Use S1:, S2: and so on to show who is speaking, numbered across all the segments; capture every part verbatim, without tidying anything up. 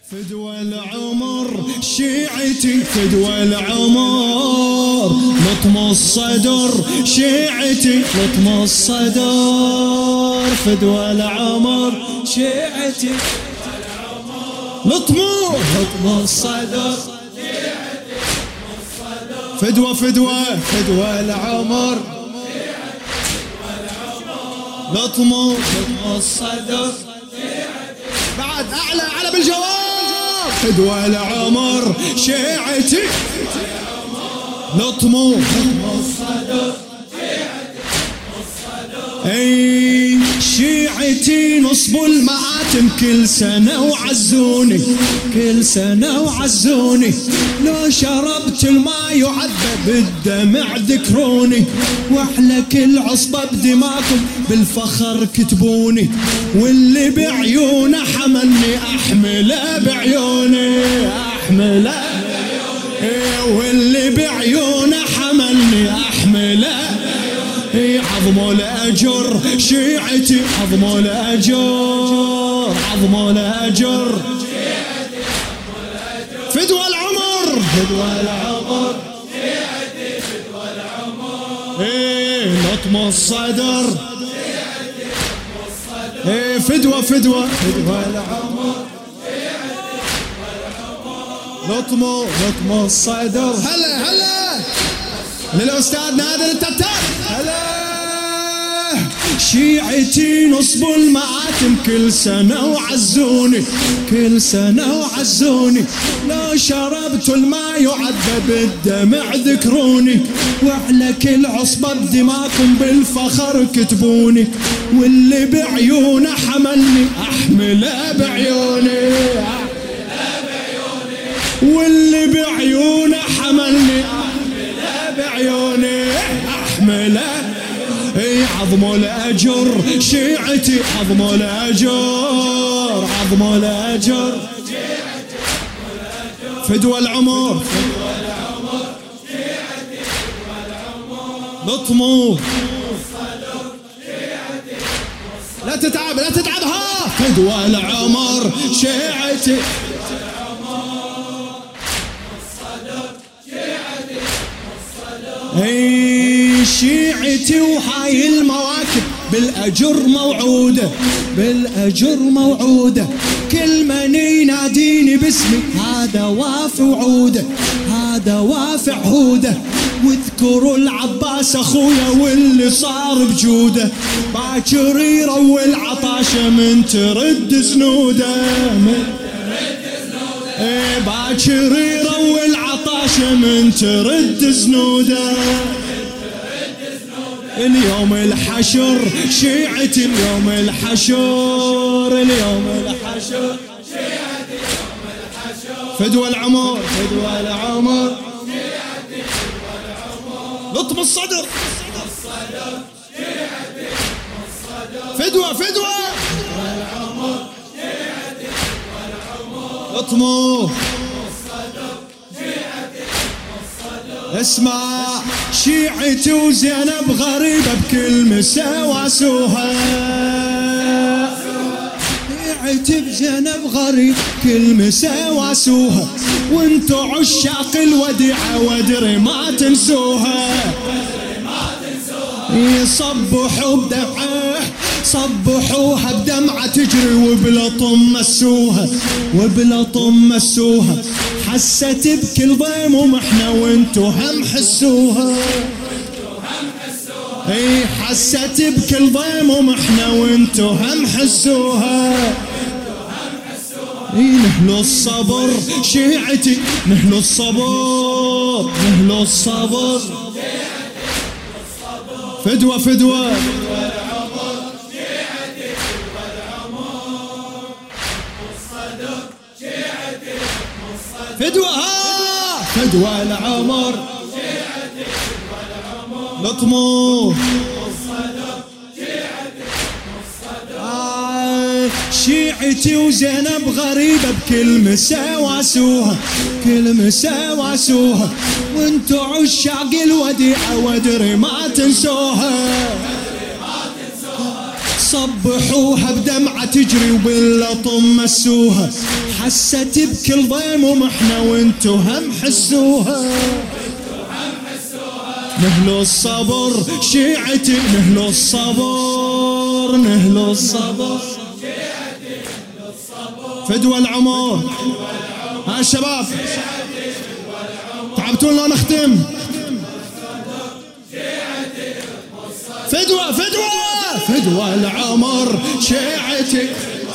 S1: فدوى العمر شيعتي فدوى العمر لطم الصدر شيعتي لطم الصدر فدوى العمر شيعتي لطمه لطم الصدر فدوى فدوى فدوى العمر لطمه لطم الصدر بعد اعلى اعلى بالجواب فدوى العمر شيعتي لطمه لطم الصدر اي شيعتي نصب المآتم كل سنة وعزوني كل سنة وعزوني لو شربت الماء يعذب بالدمع ذكروني واحلى كل عصبة بدماكم بالفخر كتبوني واللي بعيونه حملني احمله بعيوني احمله واللي بعيونه حملني احمله عظموا الأجر شيعتي عظموا الأجر عظموا الأجر فدوى العمر فدوى العمر شيعتي فدوى العمر ايه لطم الصدر شيعتي لطم الصدر ايه فدوى فدوى فدوى العمر شيعتي فدوى العمر لطمه لطم الصدر هلا هلا للأستاذ نادر التتار هلا شيعتي نصب المآتم كل سنة وعزوني كل سنة وعزوني لو شربت الماء يعذب الدمع ذكروني وعلى كل عصبة بدماكم بالفخر كتبوني واللي بعيونه حملني أحمله بعيوني واللي بعيونه حملني بعيوني احمله اي عظموا الاجر شيعتي عظموا الاجر عظموا الاجر فدوى العمر فدوى العمر شيعتي فدوى العمر لطموا لا تتعب لا تتعب ها فدوى العمر شيعتي اي شيعتي وهاي المواكب بالاجر موعوده بالاجر موعوده كل من يناديني باسمي هذا وافي وعوده هذا وافي عهوده واذكروا العباس اخويا واللي صار بجوده باكر يروي العطاشه من ترد سنوده من ترد سنوده اي باكر يروي العطاشه من ترد سنوده اليوم الحشر شيعتي اليوم الحشر اليوم الحشر شيعتي اليوم الحشر فدوى العمر فدوى العمر شيعتي فدوى العمر لطم الصدر الصدر شيعتي الصدر فدوى فدوى العمر شيعتي فدوى العمر لطمه اسمع شيعتي وزينب غريبة بكل مسا واسوها شيعتي بزينب غريب كل مسا واسوها وانتو عشاق الوديعة وادري ما تنسوها يصبحوا بدمعه صبحوها بدمعة تجري وبلا طم مسوها وبلا طم مسوها حست بكل ضيم ومحنا وانتو هم حسوها اي حست بكل ضيم ومحنا وانتو هم حسوها اي نهلو الصبر شيعتي نهلو الصبر نهلو الصبر فدوى فدوى فدوى ها فدوى العمر شيعتي فدوى العمر لطمه آه شيعتي وزينب غريبة بكل مسا واسوها كل مسا واسوها وانتو عشاق الوديعة وادري ما تنسوها صبحوها بدمعة تجري وباللطم مسوها، حست بكل ضيم ومحنة وانتو هم حسوها. نهلوا الصبر شيعتي نهلوا الصبر نهلوا الصبر فدوى العمر. ها شباب تعبتون لو نختم. فدوى فدوى فدوى العمر شيعتي.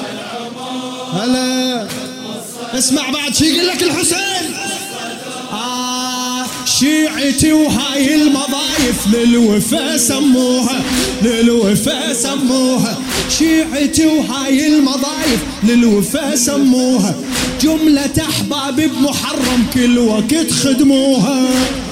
S1: هلا اسمع بعد شي يقول لك الحسين. آه شيعتي وهاي المضايف للوفا سموها للوفا سموها. شيعتي وهاي المضايف للوفا سموها. جملة أحباب بمحرم كل وقت خدموها.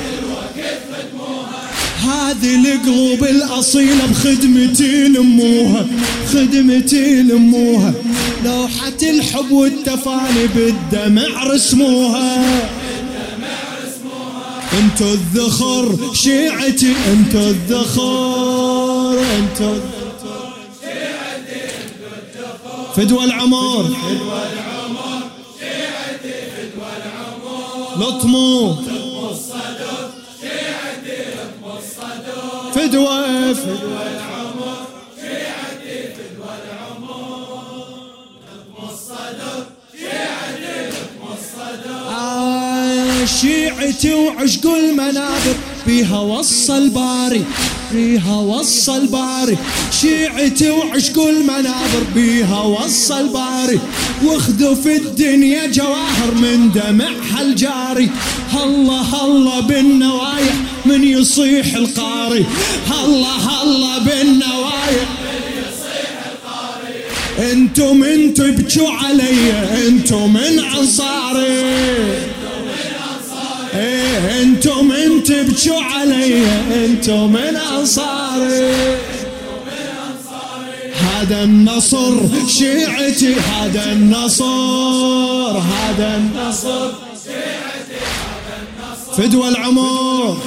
S1: هذه القلوب الأصيلة بخدمتي لموها خدمتي لموها. لوحة الحب والتفاني بالدمع رسموها. انتو الذخر شيعتي انتو الذخر انتو فدوى العمر لطموا فدوى فدوى العمر شيعتي فدوى العمر لطم الصدر شيعتي لطم الصدر. آه شيعتي وعشق المنابر بيها وصل باري بيها وصل باري. شيعتي وعشق المنابر بيها وصل باري. واخذوا في الدنيا جواهر من دمعها الجاري. الله الله بالنوايح من يصيح القاري. الله الله بالنوايح من يصيح القاري. انتم من تبكوا علي انتم من انصاري. ايه انتم من تبكوا علي انتم من انصاري. هذا النصر شيعتي هذا النصر هذا النصر شيعتي هذا النصر. فدوى العمر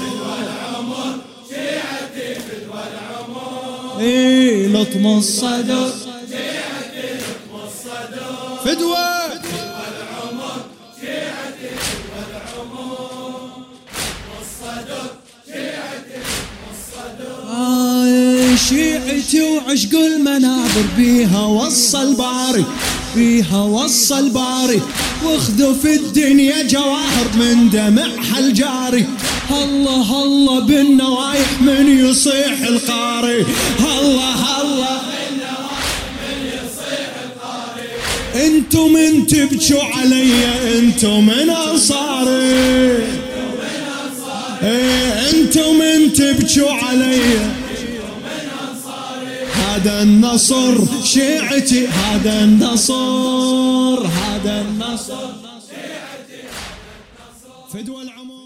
S1: شيعتي فدوى العمر. ايه لطم الصدر شيعتي لطم الصدر. فدوى العمر شيعتي فدوى العمر. الصدر شيعتي الصدر. آه شيعتي وعشق المنابر بيها وصل باري بيها وصل باري. واخذوا في الدنيا جواهر من دمعها الجاري. الله الله بالنوايح من يصيح القاري. الله الله بالنوايح من يصيح القاري. انتو من تبكوا علي انتو من انصاري. ايه انتو من تبكوا علي هذا النصر شيعتي هذا النصر هذا النصر فدوى العمر.